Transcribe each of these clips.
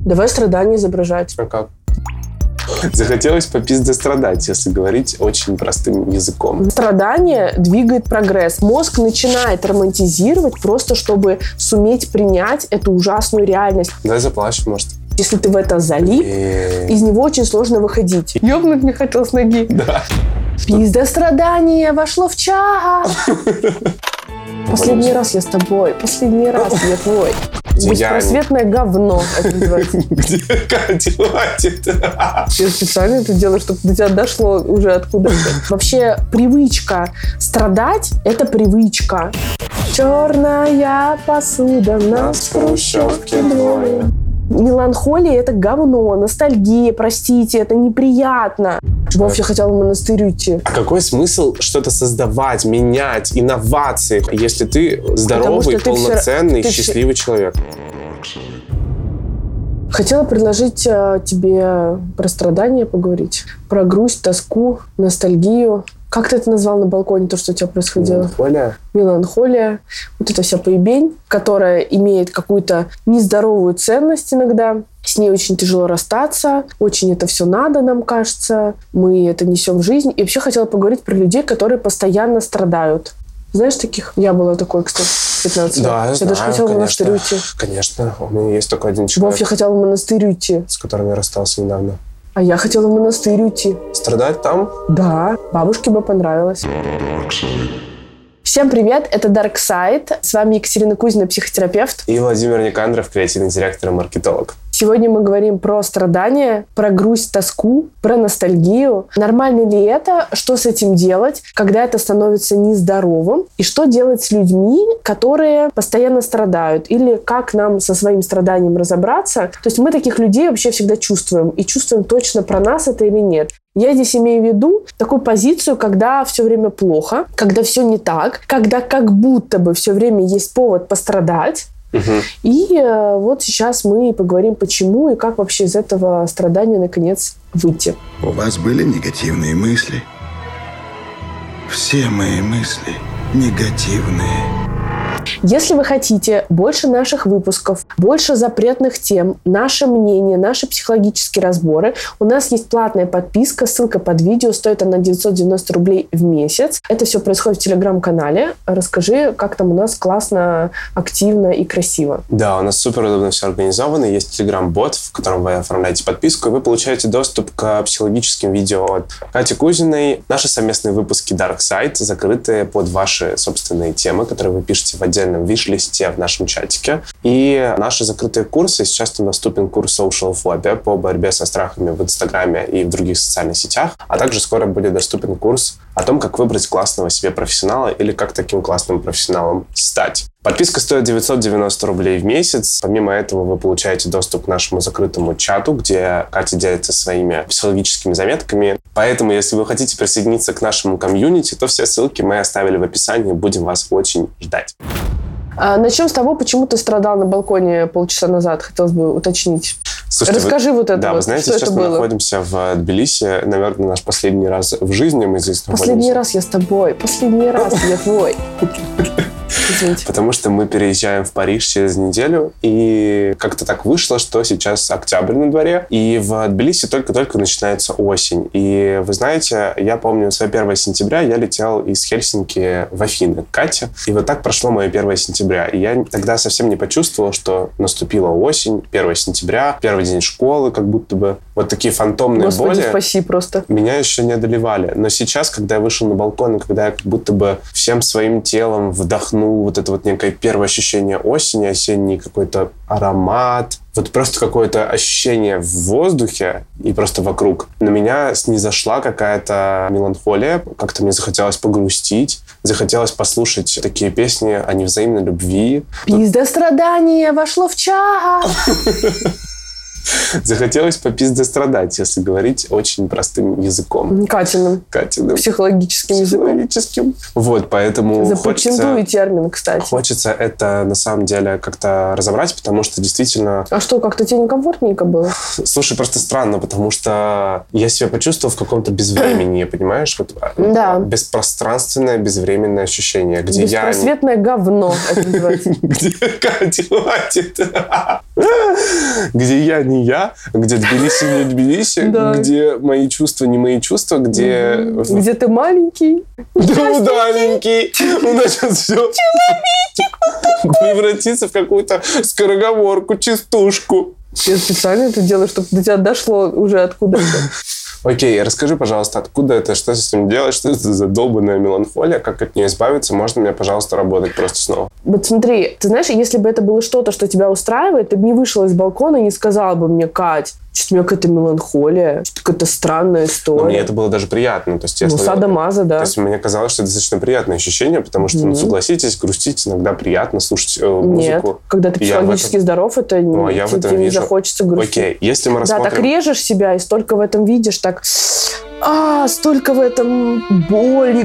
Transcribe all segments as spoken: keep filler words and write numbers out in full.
Давай страдания изображать. А как? Захотелось попиздострадать, если говорить очень простым языком. Страдание двигает прогресс. Мозг начинает романтизировать просто, чтобы суметь принять эту ужасную реальность. Давай заплачь, может. Если ты в это залип, И... из него очень сложно выходить. Ёбнуть мне хотел с ноги. Да. Пиздострадание вошло в час. Последний раз я с тобой. Последний раз я твой. Беспросветное говно, это называется. Где Катя хватит? Я специально это делаю, чтобы до тебя дошло уже откуда-то. Вообще, привычка страдать – это привычка. Черная посуда нас в хрущевке двое. Меланхолия – это говно, ностальгия, простите, это неприятно. Вов, я хотела в монастырь уйти. А какой смысл что-то создавать, менять, инновации, если ты здоровый, ты полноценный, все... счастливый все... человек? Хотела предложить а, тебе про страдания поговорить, про грусть, тоску, ностальгию. Как ты это назвал на балконе, то, что у тебя происходило? Меланхолия. Меланхолия. Вот эта вся поебень, которая имеет какую-то нездоровую ценность иногда. С ней очень тяжело расстаться. Очень это все надо, нам кажется. Мы это несем в жизнь. И вообще хотела поговорить про людей, которые постоянно страдают. Знаешь таких? Я была такой, кстати, в пятнадцать лет. Да, я, я знаю, даже хотела конечно, в монастырь уйти. Конечно. У меня есть только один человек. Вов, я хотела в монастырь уйти. С которым я расстался недавно. А я хотела в монастырь уйти. Страдать там? Да, бабушке бы понравилось. Всем привет, это Dark Side. С вами Екатерина Кузина, психотерапевт. И Владимир Никандров, креативный директор и маркетолог. Сегодня мы говорим про страдания, про грусть, тоску, про ностальгию. Нормально ли это? Что с этим делать, когда это становится нездоровым? И что делать с людьми, которые постоянно страдают? Или как нам со своим страданием разобраться? То есть мы таких людей вообще всегда чувствуем. И чувствуем точно, про нас это или нет. Я здесь имею в виду такую позицию, когда все время плохо, когда все не так, когда как будто бы все время есть повод пострадать. Угу. И э, вот сейчас мы поговорим, почему и как вообще из этого страдания наконец выйти. У вас были негативные мысли? Все мои мысли негативные. Если вы хотите больше наших выпусков, больше запретных тем, наше мнение, наши психологические разборы, у нас есть платная подписка, ссылка под видео, стоит она девятьсот девяносто рублей в месяц. Это все происходит в телеграм-канале. Расскажи, как там у нас классно, активно и красиво. Да, у нас супер удобно все организовано. Есть телеграм-бот, в котором вы оформляете подписку, и вы получаете доступ к психологическим видео от Кати Кузиной. Наши совместные выпуски Dark Side закрыты под ваши собственные темы, которые вы пишете в отдельном виш-листе в нашем чатике. И наши закрытые курсы. Сейчас там доступен курс Social Phobia по борьбе со страхами в Инстаграме и в других социальных сетях. А также скоро будет доступен курс о том, как выбрать классного себе профессионала или как таким классным профессионалом стать. Подписка стоит девятьсот девяносто рублей в месяц. Помимо этого вы получаете доступ к нашему закрытому чату, где Катя делится своими психологическими заметками. Поэтому, если вы хотите присоединиться к нашему комьюнити, то все ссылки мы оставили в описании. Будем вас очень ждать. А, начнем с того, почему ты страдал на балконе полчаса назад. Хотелось бы уточнить. Слушайте, расскажи вы, вот это да, вот, вы знаете, что сейчас это мы было? находимся в Тбилиси. Наверное, наш последний раз в жизни мы здесь находимся. Последний раз я с тобой. Последний раз я твой. Извините. Потому что мы переезжаем в Париж через неделю, и как-то так вышло, что сейчас октябрь на дворе, и в Тбилиси только-только начинается осень. И вы знаете, я помню, свое первое сентября я летел из Хельсинки в Афины к Кате, и вот так прошло мое первое сентября. И я тогда совсем не почувствовал, что наступила осень, первое сентября, первый день школы, как будто бы вот такие фантомные Господи, боли. спаси просто. Меня еще не одолевали. Но сейчас, когда я вышел на балкон, и когда я как будто бы всем своим телом вдохнул вот это вот некое первое ощущение осени, осенний какой-то аромат, вот просто какое-то ощущение в воздухе и просто вокруг. На меня снизошла какая-то меланхолия, как-то мне захотелось погрустить, захотелось послушать такие песни о невзаимной любви. Пиздострадание вошло в час. Захотелось попиздострадать, если говорить очень простым языком. Катиным. Катиным. Психологическим языком. Психологическим. Вот, поэтому Запатентуй хочется, термин, кстати. хочется это на самом деле как-то разобрать, потому что действительно... А что, как-то тебе некомфортненько было? Слушай, просто странно, потому что я себя почувствовал в каком-то безвремени, понимаешь? Вот, да. Беспространственное, безвременное ощущение, где я... Беспросветное говно, это называется. Где Катя хватит? Где я не я, где Тбилиси не Тбилиси, где мои чувства не мои чувства, где... Где ты маленький. Да, удаленький. У нас сейчас все... Человечек! Превратится в какую-то скороговорку, частушку. Я специально это делаю, чтобы до тебя дошло уже откуда-то. Окей, расскажи, пожалуйста, откуда это, что с этим делать, что это за долбанная меланхолия, как от нее избавиться, можно мне, пожалуйста, работать просто снова? Вот смотри, ты знаешь, если бы это было что-то, что тебя устраивает, ты бы не вышла из балкона и не сказала бы мне: Кать, что-то у меня какая-то меланхолия, что-то какая-то странная история. Но мне это было даже приятно. То есть, ну, садо-мазо, да. То есть мне казалось, что это достаточно приятное ощущение, потому что, mm-hmm. ну, согласитесь, грустить иногда приятно, слушать э, музыку. Нет, когда ты психологически этом... здоров, это ну, не, я тебе, тебе не захочется грустить. Окей, если мы рассмотрим... Да, так режешь себя и столько в этом видишь, так... А, столько в этом боли,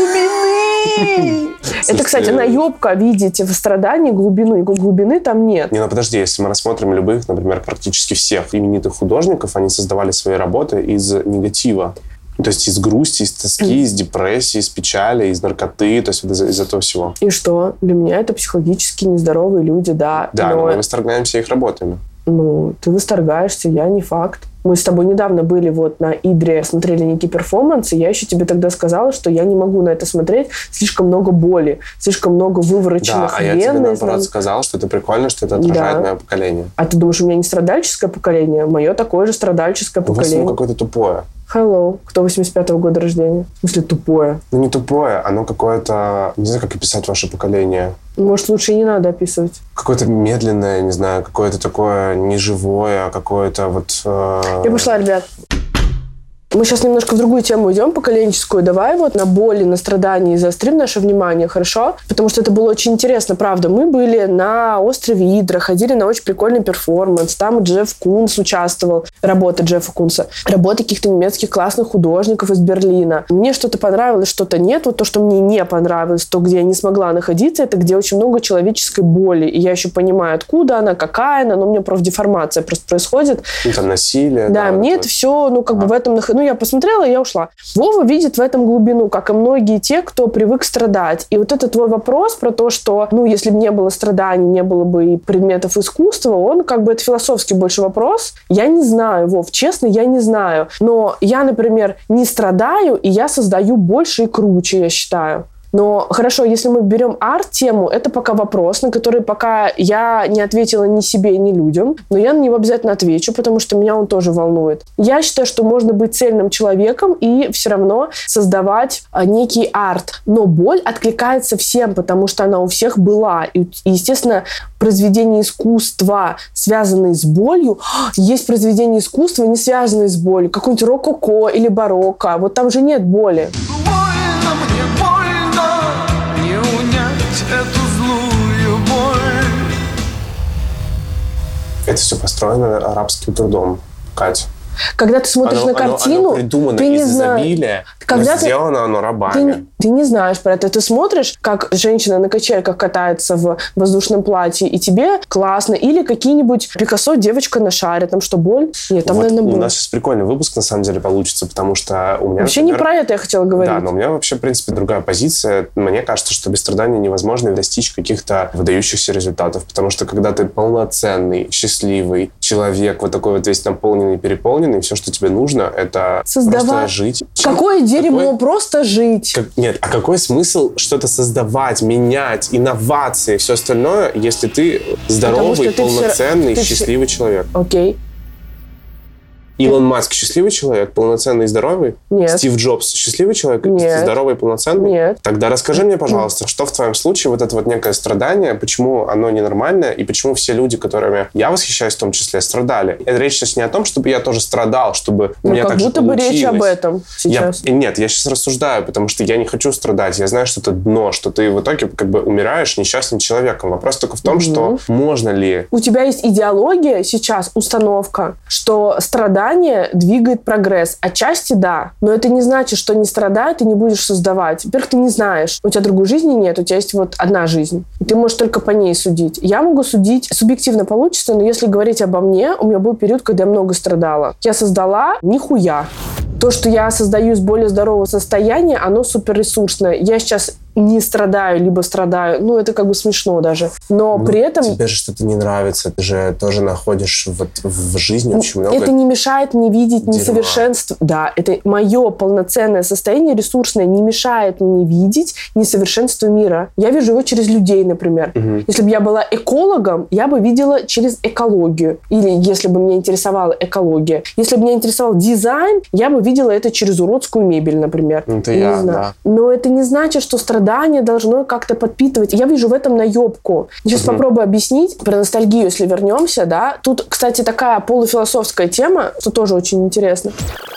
глубины. Это, кстати, наебка видеть в страдании глубину. И глубины там нет. Не, ну подожди, если мы рассмотрим любых, например, практически всех именитых художников, они создавали свои работы из негатива. То есть из грусти, из тоски, из депрессии, из печали, из наркоты, то есть из, из этого всего. И что? Для меня это психологически нездоровые люди, да. Да, но, но мы восторгаемся их работами. Ну, ты восторгаешься, я не факт. Мы с тобой недавно были вот на Идре, смотрели некий перформанс, и я еще тебе тогда сказала, что я не могу на это смотреть. Слишком много боли, слишком много вывороченных да, а вен. я тебе, наоборот, сказала, что это прикольно, что это отражает да. мое поколение. А ты думаешь, у меня не страдальческое поколение? Мое такое же страдальческое ну, поколение. Ну, какое-то тупое. Hello. Кто восемьдесят пятого года рождения? В смысле, тупое? Ну, не тупое, оно какое-то... Не знаю, как описать ваше поколение. Может, лучше и не надо описывать. Какое-то медленное, не знаю, какое-то такое неживое, какое-то вот... Э... Я пошла, ребят. Мы сейчас немножко в другую тему идем, поколенческую. Давай вот на боли, на страдания заострим наше внимание, хорошо? Потому что это было очень интересно, правда. Мы были на острове Идра, ходили на очень прикольный перформанс. Там Джефф Кунс участвовал. Работа Джеффа Кунса. Работа каких-то немецких классных художников из Берлина. Мне что-то понравилось, что-то нет. Вот то, что мне не понравилось, то, где я не смогла находиться, это где очень много человеческой боли. И я еще понимаю, откуда она, какая она, но у меня профдеформация просто происходит. Ну, там насилие. Да, да мне это, это все, ну, как а. бы в этом... Ну, я посмотрела, и я ушла. Вова видит в этом глубину, как и многие те, кто привык страдать. И вот это твой вопрос про то, что, ну, если бы не было страданий, не было бы и предметов искусства, он как бы это философский больше вопрос. Я не знаю, Вов, честно, я не знаю. Но я, например, не страдаю, и я создаю больше и круче, я считаю. Но хорошо, если мы берем арт-тему, это пока вопрос, на который пока я не ответила ни себе, ни людям, но я на него обязательно отвечу, потому что меня он тоже волнует. Я считаю, что можно быть цельным человеком и все равно создавать некий арт. Но боль откликается всем, потому что она у всех была. И, естественно, произведения искусства, связанные с болью, есть произведения искусства, не связанные с болью. Какой-нибудь рококо или барокко. Вот там же нет боли. Эту злую боль. Это все построено арабским трудом, Кать. Когда ты смотришь оно, на картину, оно, оно придумано ты не из изобилия, когда но сделано оно рабами. Ты, ты не знаешь про это. Ты смотришь, как женщина на качельках катается в воздушном платье, и тебе классно. Или какие-нибудь Пикассо, девочка на шаре. Там что, боль? Нет, там, вот наверное, боль. У нас сейчас прикольный выпуск, на самом деле, получится, потому что у меня... Вообще например, не про это я хотела говорить. Да, но у меня вообще, в принципе, другая позиция. Мне кажется, что без страдания невозможно достичь каких-то выдающихся результатов, потому что когда ты полноценный, счастливый человек, вот такой вот весь наполненный, переполненный, все, что тебе нужно, это Создавать. Просто жить. Какое дерьмо, какой... просто жить. Как... Нет, а какой смысл что-то создавать, менять, инновации, все остальное, если ты здоровый, полноценный, все... счастливый все... человек? Окей. Илон Маск счастливый человек, полноценный и здоровый? Нет. Стив Джобс счастливый человек, Нет. здоровый и полноценный? Нет. Тогда расскажи мне, пожалуйста, что в твоем случае вот это вот некое страдание, почему оно ненормальное, и почему все люди, которыми я восхищаюсь в том числе, страдали. Это речь сейчас не о том, чтобы я тоже страдал, чтобы у ну, меня так же получилось. как будто бы речь об этом сейчас. Я... Нет, я сейчас рассуждаю, потому что я не хочу страдать. Я знаю, что это дно, что ты в итоге как бы умираешь несчастным человеком. Вопрос только в том, угу. что можно ли... У тебя есть идеология сейчас, установка, что страдание двигает прогресс. Отчасти да, но это не значит, что не страдая, ты не будешь создавать. Во-первых, ты не знаешь. У тебя другой жизни нет, у тебя есть вот одна жизнь. И ты можешь только по ней судить. Я могу судить, субъективно получится, но если говорить обо мне, у меня был период, когда я много страдала. Я создала нихуя. То, что я создаю из более здорового состояния, оно суперресурсное. Я сейчас не страдаю, либо страдаю. Ну, это как бы смешно даже. Но ну, при этом... Тебе же что-то не нравится. Ты же тоже находишь вот в жизни очень много... Это не мешает мне видеть дерьма. Несовершенство. Да, это мое полноценное состояние ресурсное не мешает мне видеть несовершенство мира. Я вижу его через людей, например. Угу. Если бы я была экологом, я бы видела через экологию. Или если бы меня интересовала экология. Если бы меня интересовал дизайн, я бы видела это через уродскую мебель, например. Это я, я, не знаю. да. Но это не значит, что страдание должно как-то подпитывать. Я вижу в этом наебку. Сейчас угу. попробую объяснить. Про ностальгию, если вернемся, да. Тут, кстати, такая полуфилософская тема, что тоже очень интересно.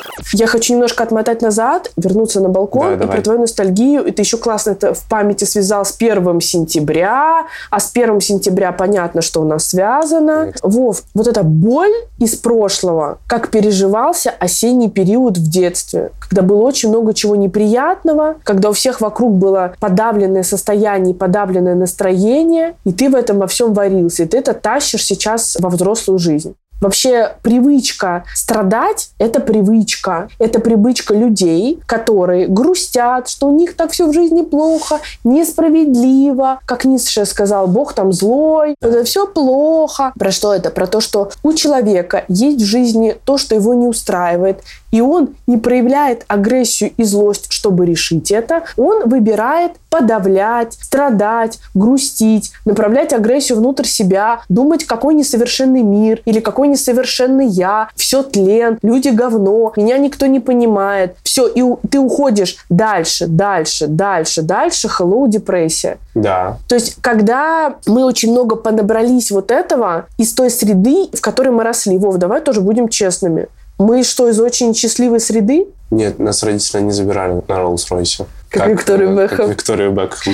Я хочу немножко отмотать назад, вернуться на балкон да, и про твою ностальгию. И ты еще классно это в памяти связал с первым сентября. А с первым сентября понятно, что у нас связано. Нет. Вов, вот эта боль из прошлого, как переживался осенний период в детстве, когда было очень много чего неприятного, когда у всех вокруг было подавленное состояние, подавленное настроение, и ты в этом во всем варился. И ты это тащишь сейчас во взрослую жизнь. Вообще привычка страдать – это привычка. Это привычка людей, которые грустят, что у них так все в жизни плохо, несправедливо. Как Ницше сказал, Бог там злой, это все плохо. Про что это? Про то, что у человека есть в жизни то, что его не устраивает, и он не проявляет агрессию и злость, чтобы решить это. Он выбирает подавлять, страдать, грустить, направлять агрессию внутрь себя, думать, какой несовершенный мир или какой несовершенный я. Все тлен, люди говно, меня никто не понимает. Все, и ты уходишь дальше, дальше, дальше, дальше. Hello, депрессия. Да. То есть, когда мы очень много понабрались вот этого из той среды, в которой мы росли. Вов, давай тоже будем честными. Мы что, из очень счастливой среды? Нет, нас родители не забирали на Роллс-Ройсе. Как, как Викторию Бекхэм. Как Викторию Бекхэм.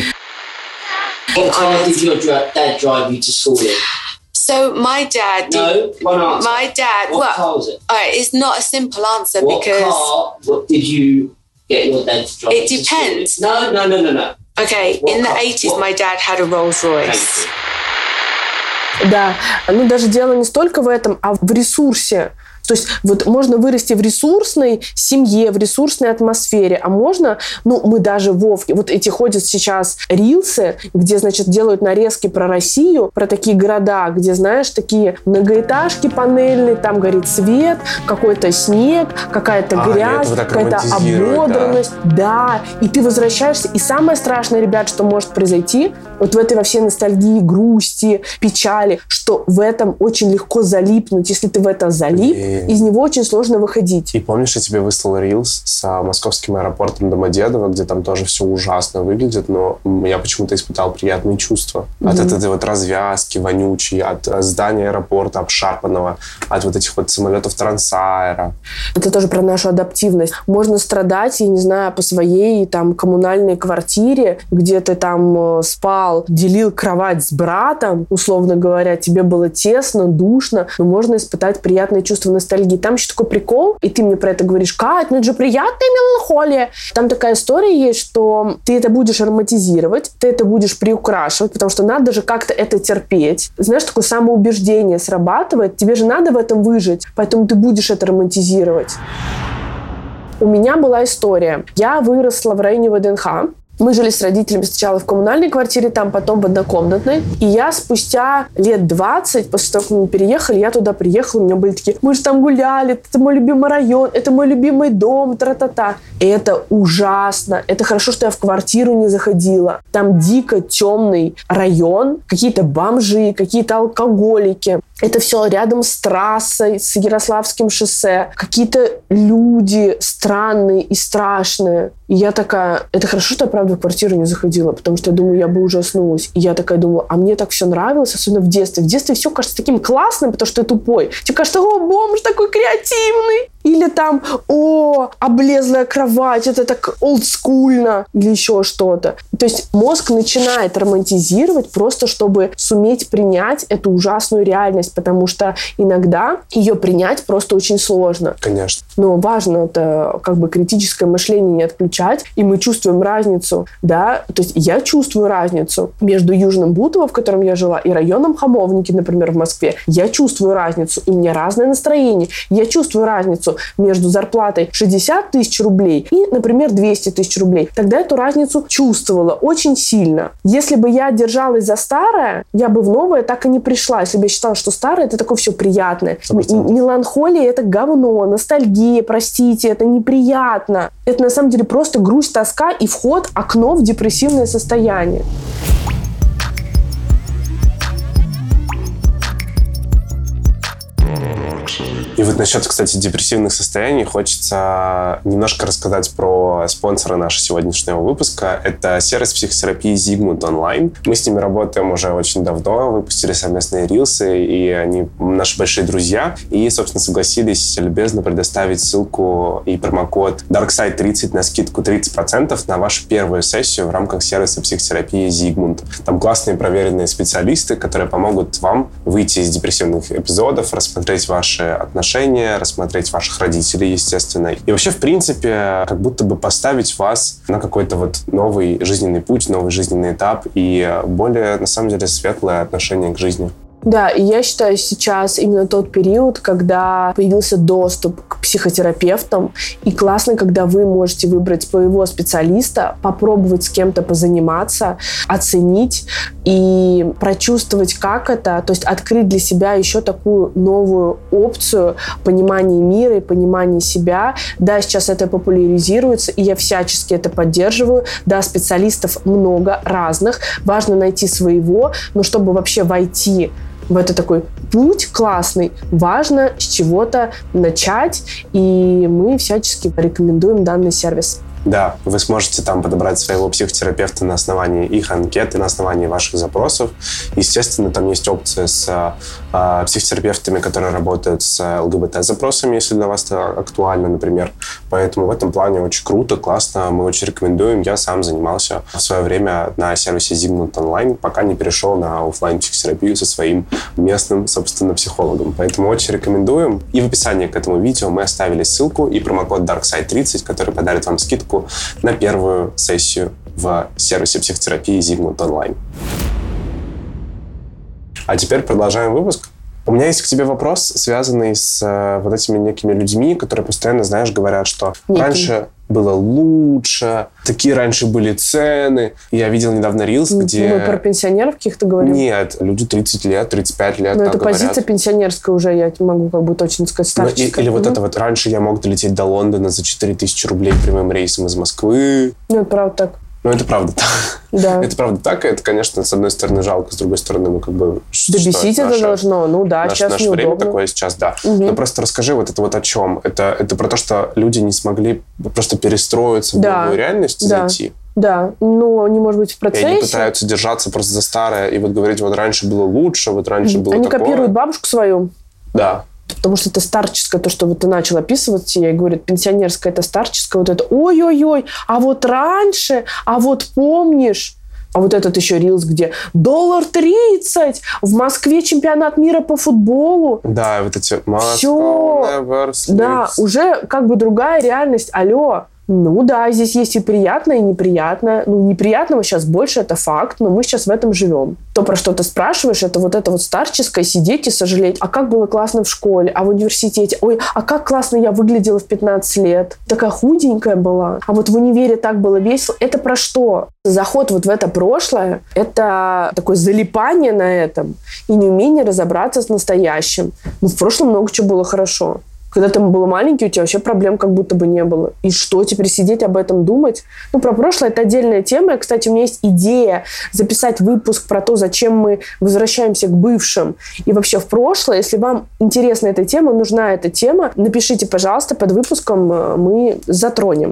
What car did your dad drive you to school in? So my dad did... No, one answer. My dad... What well, car was it? All right, it's not a simple answer what because... What car what did you get your dad to drive It you depends. To school in? No, no, no, no, no. Okay, What in the car? eighties, What? my dad had a Rolls Royce. Да, ну даже дело не столько в этом, а в ресурсе. То есть вот можно вырасти в ресурсной семье, в ресурсной атмосфере, а можно, ну, мы даже, Вов, вот эти ходят сейчас рилсы, где, значит, делают нарезки про Россию, про такие города, где, знаешь, такие многоэтажки панельные, там горит свет, какой-то снег, какая-то а, грязь, какая-то ободранность. Да? да, и ты возвращаешься, и самое страшное, ребят, что может произойти, вот в этой во всей ностальгии, грусти, печали, что в этом очень легко залипнуть. Если ты в это залип, и... из него очень сложно выходить. И помнишь, я тебе выслал рилс с московским аэропортом Домодедово, где там тоже все ужасно выглядит, но я почему-то испытал приятные чувства. Mm-hmm. От этой вот развязки вонючей, от здания аэропорта обшарпанного, от вот этих вот самолетов Трансаэро. Это тоже про нашу адаптивность. Можно страдать, я не знаю, по своей там коммунальной квартире, где ты там спал, делил кровать с братом, условно говоря, тебе было тесно, душно, но можно испытать приятное чувство ностальгии. Там еще такой прикол, и ты мне про это говоришь, Кать, ну это же приятная меланхолия. Там такая история есть, что ты это будешь романтизировать, ты это будешь приукрашивать, потому что надо же как-то это терпеть. Знаешь, такое самоубеждение срабатывает, тебе же надо в этом выжить, поэтому ты будешь это романтизировать. У меня была история. Я выросла в районе ВДНХ. Мы жили с родителями сначала в коммунальной квартире, там потом в однокомнатной. И я спустя лет двадцать, после того, как мы переехали, я туда приехала, у меня были такие, мы же там гуляли, это мой любимый район, это мой любимый дом, тра-та-та. И это ужасно. Это хорошо, что я в квартиру не заходила. Там дико темный район, какие-то бомжи, какие-то алкоголики. Это все рядом с трассой, с Ярославским шоссе. Какие-то люди странные и страшные. И я такая, это хорошо, что я, правда, в квартиру не заходила, потому что я думаю, я бы ужаснулась. И я такая думаю, а мне так все нравилось, особенно в детстве. В детстве все кажется таким классным, потому что ты тупой. Тебе кажется, о, бомж такой креативный. Или там, о, облезлая кровать, это так олдскульно. Или еще что-то. То есть мозг начинает романтизировать просто, чтобы суметь принять эту ужасную реальность, потому что иногда ее принять просто очень сложно. Конечно. Но важно это как бы критическое мышление не отключать, и мы чувствуем разницу, да, то есть я чувствую разницу между Южным Бутово, в котором я жила, и районом Хамовники, например, в Москве. Я чувствую разницу, и у меня разное настроение. Я чувствую разницу разницу между зарплатой шестьдесят тысяч рублей и, например, двести тысяч рублей, тогда эту разницу чувствовала очень сильно. Если бы я держалась за старое, я бы в новое так и не пришла. Если бы я считала, что старое — это такое все приятное. М- меланхолия — это говно, ностальгия, простите, это неприятно. Это на самом деле просто грусть, тоска и вход, окно в депрессивное состояние. И вот насчет, кстати, депрессивных состояний хочется немножко рассказать про спонсора нашего сегодняшнего выпуска. Это сервис психотерапии Zigmund Online. Мы с ними работаем уже очень давно, выпустили совместные рилсы, и они наши большие друзья. И, собственно, согласились любезно предоставить ссылку и промокод дарксайд тридцать на скидку тридцать процентов на вашу первую сессию в рамках сервиса психотерапии Zigmund. Там классные проверенные специалисты, которые помогут вам выйти из депрессивных эпизодов, рассмотреть ваши отношения, рассмотреть ваших родителей, естественно. И вообще, в принципе, как будто бы поставить вас на какой-то вот новый жизненный путь, новый жизненный этап и более, на самом деле, светлое отношение к жизни. Да, и я считаю, сейчас именно тот период, когда появился доступ к психотерапевтам, и классно, когда вы можете выбрать своего специалиста, попробовать с кем-то позаниматься, оценить и прочувствовать, как это, то есть открыть для себя еще такую новую опцию понимания мира и понимания себя. Да, сейчас это популяризируется, и я всячески это поддерживаю. Да, специалистов много разных, важно найти своего, но чтобы вообще войти в это такой путь классный, важно с чего-то начать, и мы всячески рекомендуем данный сервис. Да, вы сможете там подобрать своего психотерапевта на основании их анкеты, на основании ваших запросов. Естественно, там есть опция с э, психотерапевтами, которые работают с ЛГБТ-запросами, если для вас это актуально, например. Поэтому в этом плане очень круто, классно, мы очень рекомендуем. Я сам занимался в свое время на сервисе Zigmund Online, пока не перешел на офлайн-психотерапию со своим местным, собственно, психологом. Поэтому очень рекомендуем. И в описании к этому видео мы оставили ссылку и промокод дарксайд тридцать, который подарит вам скидку на первую сессию в сервисе психотерапии Zigmund Online. А теперь продолжаем выпуск. У меня есть к тебе вопрос, связанный с э, вот этими некими людьми, которые постоянно, знаешь, говорят, что Неким. раньше было лучше, такие раньше были цены. Я видел недавно рилс, ну, где... Мы про пенсионеров каких-то говорим? Нет, люди тридцать лет, тридцать пять лет, но так это говорят. позиция пенсионерская уже, я могу как бы точно сказать, старческая. Ну, и, или вот mm-hmm. это вот, раньше я мог долететь до Лондона за четыре тысячи рублей прямым рейсом из Москвы. Ну, это правда так. Ну, это правда так. Да. Это правда так, и это, конечно, с одной стороны жалко, с другой стороны, ну, как бы... Да бесить это должно, ну да, наше, сейчас наше неудобно. время такое сейчас, да. Угу. Но просто расскажи вот это вот о чем. Это, это про то, что люди не смогли просто перестроиться в да. новую реальность, да. зайти. Да, но они, может быть, в процессе... И они пытаются держаться просто за старое, и вот говорить, вот раньше было лучше, вот раньше было они такое. Они копируют бабушку свою. Да. Потому что это старческое, то, что вот ты начал описывать, я говорю, пенсионерское, это старческое, вот это ой-ой-ой, а вот раньше, а вот помнишь, а вот этот еще рилс, где доллар тридцать, в Москве чемпионат мира по футболу. Да, вот эти Все, да, уже как бы другая реальность, алло. Ну да, здесь есть и приятное, и неприятное. Ну, неприятного сейчас больше, это факт, но мы сейчас в этом живем. То, про что ты спрашиваешь, это вот это вот старческое, сидеть и сожалеть. А как было классно в школе, а в университете? Ой, а как классно я выглядела в пятнадцать лет. Такая худенькая была. А вот в универе так было весело. Это про что? Заход вот в это прошлое, это такое залипание на этом и неумение разобраться с настоящим. Ну, в прошлом много чего было хорошо. Когда ты был маленький, у тебя вообще проблем как будто бы не было. И что, теперь сидеть об этом думать? Ну, про прошлое это отдельная тема. И, кстати, у меня есть идея записать выпуск про то, зачем мы возвращаемся к бывшим. И вообще в прошлое, если вам интересна эта тема, нужна эта тема, напишите, пожалуйста, под выпуском мы затронем.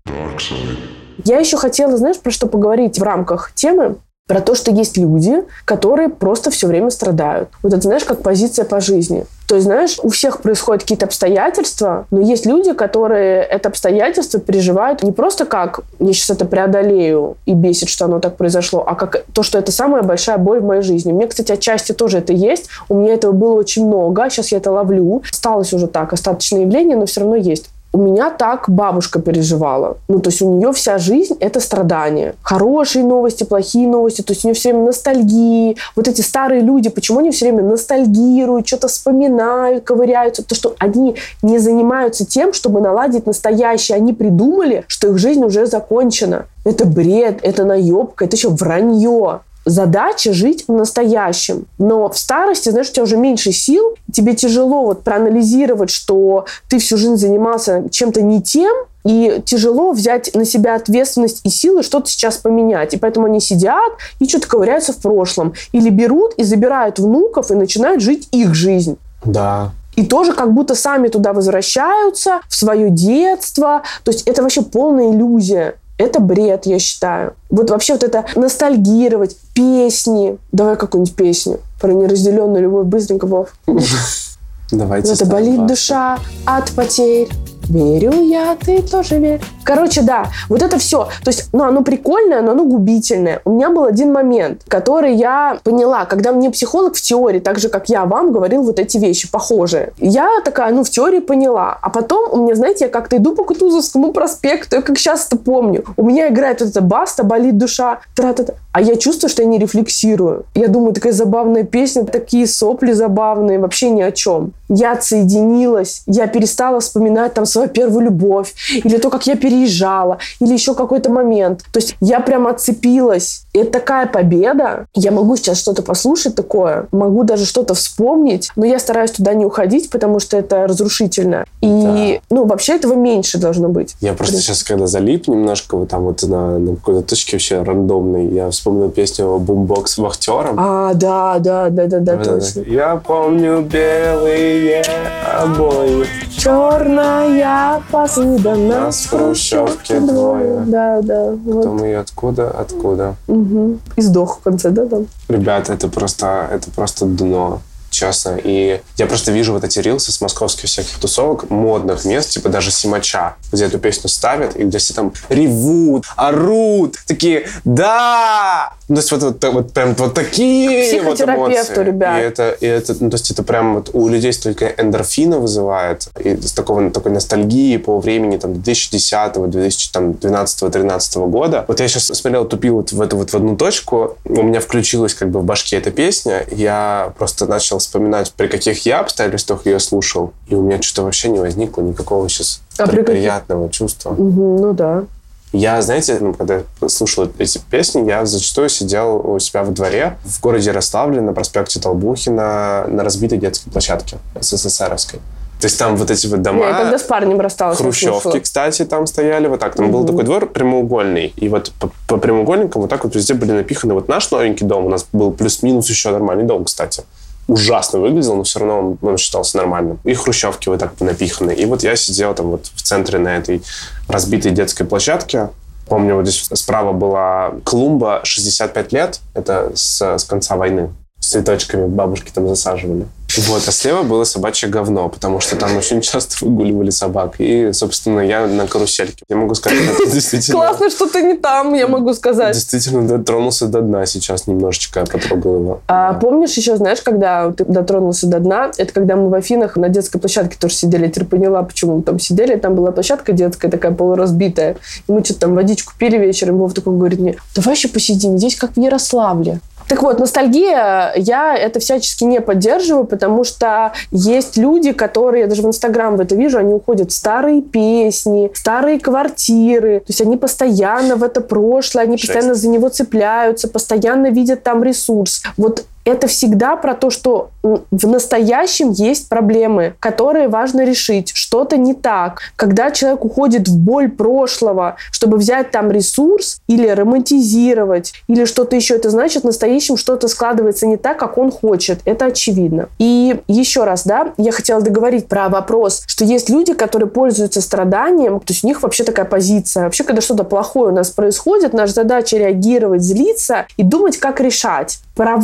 Я еще хотела, знаешь, про что поговорить в рамках темы? Про то, что есть люди, которые просто все время страдают. Вот это, знаешь, как позиция по жизни. То есть, знаешь, у всех происходят какие-то обстоятельства, но есть люди, которые это обстоятельство переживают не просто как «я сейчас это преодолею и бесит, что оно так произошло», а как то, что это самая большая боль в моей жизни. У меня, кстати, отчасти тоже это есть. У меня этого было очень много, сейчас я это ловлю. Осталось уже так, остаточное явление, но все равно есть. у меня так бабушка переживала. Ну, то есть у нее вся жизнь — это страдания. Хорошие новости, плохие новости. То есть у нее все время ностальгии. Вот эти старые люди, почему они все время ностальгируют, что-то вспоминают, ковыряются? То, что они не занимаются тем, чтобы наладить настоящее. Они придумали, что их жизнь уже закончена. Это бред, это наебка, это еще вранье. Задача жить в настоящем. Но в старости, знаешь, у тебя уже меньше сил, тебе тяжело вот проанализировать, что ты всю жизнь занимался чем-то не тем, и тяжело взять на себя ответственность и силы что-то сейчас поменять. И поэтому они сидят и что-то ковыряются в прошлом. Или берут и забирают внуков и начинают жить их жизнь. Да. И тоже как будто сами туда возвращаются, в свое детство. То есть это вообще полная иллюзия. Это бред, я считаю. Вот вообще вот это ностальгировать, песни. Давай какую-нибудь песню про неразделенную любовь быстренько, Вов. Давайте. Это болит душа от потерь. Верю я, ты тоже верь. Короче, да, вот это все. То есть, ну, оно прикольное, но оно губительное. У меня был один момент, который я поняла, когда мне психолог в теории, так же, как я вам, говорил вот эти вещи похожие. Я такая, ну, в теории поняла. А потом у меня, знаете, я как-то иду по Кутузовскому проспекту, я как сейчас это помню. У меня играет вот эта баста, болит душа, тра-та-та. А я чувствую, что я не рефлексирую. Я думаю, такая забавная песня, такие сопли забавные, вообще ни о чем. Я отсоединилась, я перестала вспоминать там свою первую любовь, или то, как я переезжала, или еще какой-то момент. То есть я прям отцепилась. И это такая победа. Я могу сейчас что-то послушать такое, могу даже что-то вспомнить, но я стараюсь туда не уходить, потому что это разрушительно. И, да. ну, вообще этого меньше должно быть. Я просто сейчас, когда залип немножко вот там вот на, на какой-то точке вообще рандомной, я вспомнил песню «Бумбокс вахтером». А, да, да, да, да, да, точно. Я помню белые обои. Черная посуда, нас в хрущевке двое. Да, да. Кто Вот. мы и откуда, откуда. Угу. И сдох в конце, да, там? Ребята, это просто, это просто дно. Честно. И я просто вижу вот эти рилсы с московских всяких тусовок, модных мест, типа даже Симача, где эту песню ставят, и где все там ревут, орут, такие «Да!» Ну, то есть вот, вот, вот прям вот такие вот эмоции. Ребят. И это, и это, ну, то есть это прям вот у людей столько эндорфина вызывает, и с такого, такой ностальгии по времени там две тысячи десятого, две тысячи двенадцатого, тринадцатого года. Вот я сейчас смотрел, тупил вот в эту вот в одну точку, у меня включилась как бы в башке эта песня, я просто начал вспоминать, при каких я обстоятельствах ее слушал, и у меня что-то вообще не возникло никакого сейчас а приятного чувства. Угу, ну да. Я, знаете, ну, когда я слушал эти песни, я зачастую сидел у себя во дворе в городе Ярославле на проспекте Толбухина на разбитой детской площадке СССРовской. То есть там вот эти вот дома... Я тогда с парнем рассталась. Хрущевки, кстати, там стояли вот так. Там угу. был такой двор прямоугольный. И вот по, по прямоугольникам вот так вот везде были напиханы. Вот наш новенький дом, у нас был плюс-минус еще нормальный дом, кстати. Ужасно выглядел, но все равно он, он считался нормальным. И хрущевки вот так напиханы. И вот я сидел там вот в центре на этой разбитой детской площадке. Помню, вот здесь справа была клумба шестьдесят пять лет. Это с, с конца войны. С цветочками бабушки там засаживали. Вот, а слева было собачье говно, потому что там очень часто выгуливали собак. И, собственно, я на карусельке. Я могу сказать, это действительно... Классно, что ты не там, я могу сказать. Действительно, дотронулся до дна сейчас немножечко, я потрогал его. А да. Помнишь еще, знаешь, когда ты дотронулся до дна, это когда мы в Афинах на детской площадке тоже сидели, я теперь поняла, почему мы там сидели, там была площадка детская, такая полуразбитая, и мы что-то там водичку пили вечером, Вов такой говорит мне, давай еще посидим, здесь как в Ярославле. Так вот, ностальгия, я это всячески не поддерживаю, потому что есть люди, которые, я даже в Инстаграм в это вижу, они уходят в старые песни, старые квартиры, то есть они постоянно в это прошлое, они Шесть. постоянно за него цепляются, постоянно видят там ресурс. Вот это всегда про то, что в настоящем есть проблемы, которые важно решить. Что-то не так. Когда человек уходит в боль прошлого, чтобы взять там ресурс или романтизировать, или что-то еще, это значит, в настоящем что-то складывается не так, как он хочет. Это очевидно. И еще раз, да, я хотела договорить про вопрос, что есть люди, которые пользуются страданием, то есть у них вообще такая позиция. Вообще, когда что-то плохое у нас происходит, наша задача реагировать, злиться и думать, как решать. Провал в таком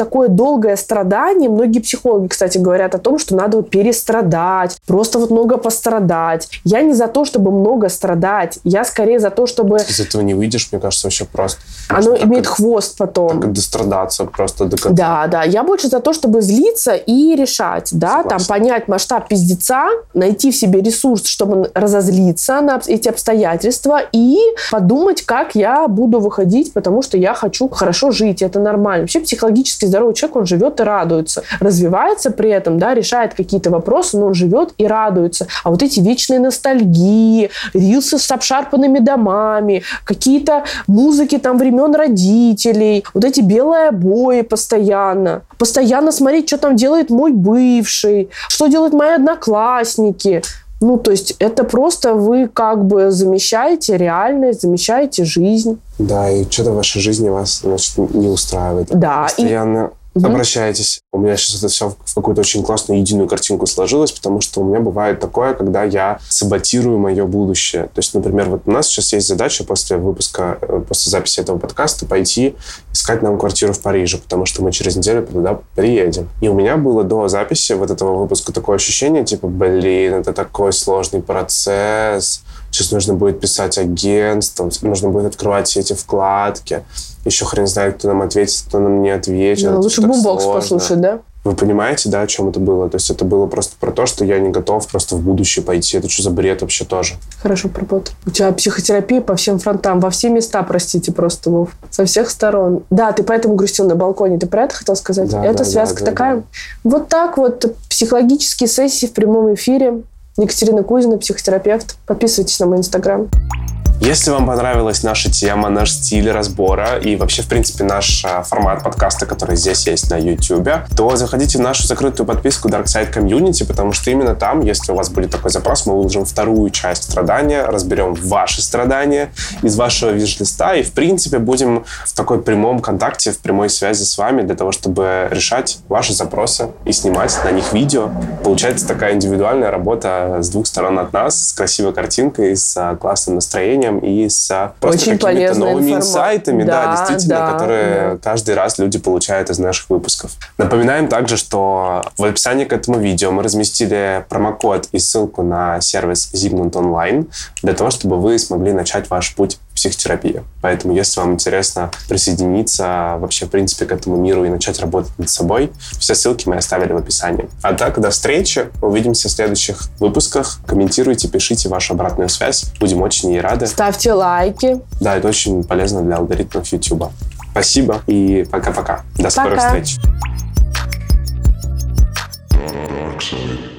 такое долгое страдание. Многие психологи, кстати, говорят о том, что надо вот перестрадать, просто вот много пострадать. Я не за то, чтобы много страдать. Я скорее за то, чтобы... Из этого не выйдешь, мне кажется, вообще просто. Оно так имеет и, хвост потом. Так и дострадаться просто до конца. Да, да. Я больше за то, чтобы злиться и решать. Да? Там понять масштаб пиздеца, найти в себе ресурс, чтобы разозлиться на эти обстоятельства и подумать, как я буду выходить, потому что я хочу хорошо жить. Это нормально. Вообще психологически здоровый человек, он живет и радуется. Развивается при этом, да, решает какие-то вопросы, но он живет и радуется. А вот эти вечные ностальгии, рилсы с обшарпанными домами, какие-то музыки там времен родителей, вот эти белые обои постоянно. Постоянно смотреть, что там делает мой бывший, что делают мои одноклассники. Ну, то есть это просто вы как бы замещаете реальность, замещаете жизнь. Да, и что-то в вашей жизни вас, значит, не устраивает. Да. Постоянно и... обращаетесь. У меня сейчас это все в какую-то очень классную единую картинку сложилось, потому что у меня бывает такое, когда я саботирую мое будущее. То есть, например, вот у нас сейчас есть задача после выпуска, после записи этого подкаста пойти искать нам квартиру в Париже, потому что мы через неделю туда приедем. И у меня было до записи вот этого выпуска такое ощущение, типа, блин, это такой сложный процесс. Сейчас нужно будет писать агентством, нужно будет открывать все эти вкладки. Еще хрен знает, кто нам ответит, кто нам не ответит. Ну, лучше бумбокс послушать, да? Вы понимаете, да, о чем это было? То есть это было просто про то, что я не готов просто в будущее пойти. Это что за бред вообще тоже? Хорошо проработал. У тебя психотерапия по всем фронтам, во все места, простите, просто, Вов. Со всех сторон. Да, ты поэтому грустил на балконе. Ты про это хотел сказать? Да, это да, связка да, такая. Да, да. Вот так вот. Психологические сессии в прямом эфире. Екатерина Кузина, психотерапевт. Подписывайтесь на мой инстаграм. Если вам понравилась наша тема, наш стиль разбора и вообще, в принципе, наш формат подкаста, который здесь есть на YouTube, то заходите в нашу закрытую подписку Dark Side Community, потому что именно там, если у вас будет такой запрос, мы выложим вторую часть страдания, разберем ваши страдания из вашего виш-листа и, в принципе, будем в такой прямом контакте, в прямой связи с вами для того, чтобы решать ваши запросы и снимать на них видео. Получается такая индивидуальная работа с двух сторон от нас, с красивой картинкой, с классным настроением и с просто очень какими-то новыми информа... инсайтами, да, да, действительно, да, которые да. каждый раз люди получают из наших выпусков. Напоминаем также, что в описании к этому видео мы разместили промокод и ссылку на сервис Zigmund Online для того, чтобы вы смогли начать ваш путь в психотерапии. Поэтому, если вам интересно присоединиться вообще, в принципе, к этому миру и начать работать над собой, все ссылки мы оставили в описании. А так, до встречи. Увидимся в следующих выпусках. Комментируйте, пишите вашу обратную связь. Будем очень ей рады. Ставьте лайки. Да, это очень полезно для алгоритмов YouTube. Спасибо и пока-пока. До скорых Пока. встреч. Dark Side.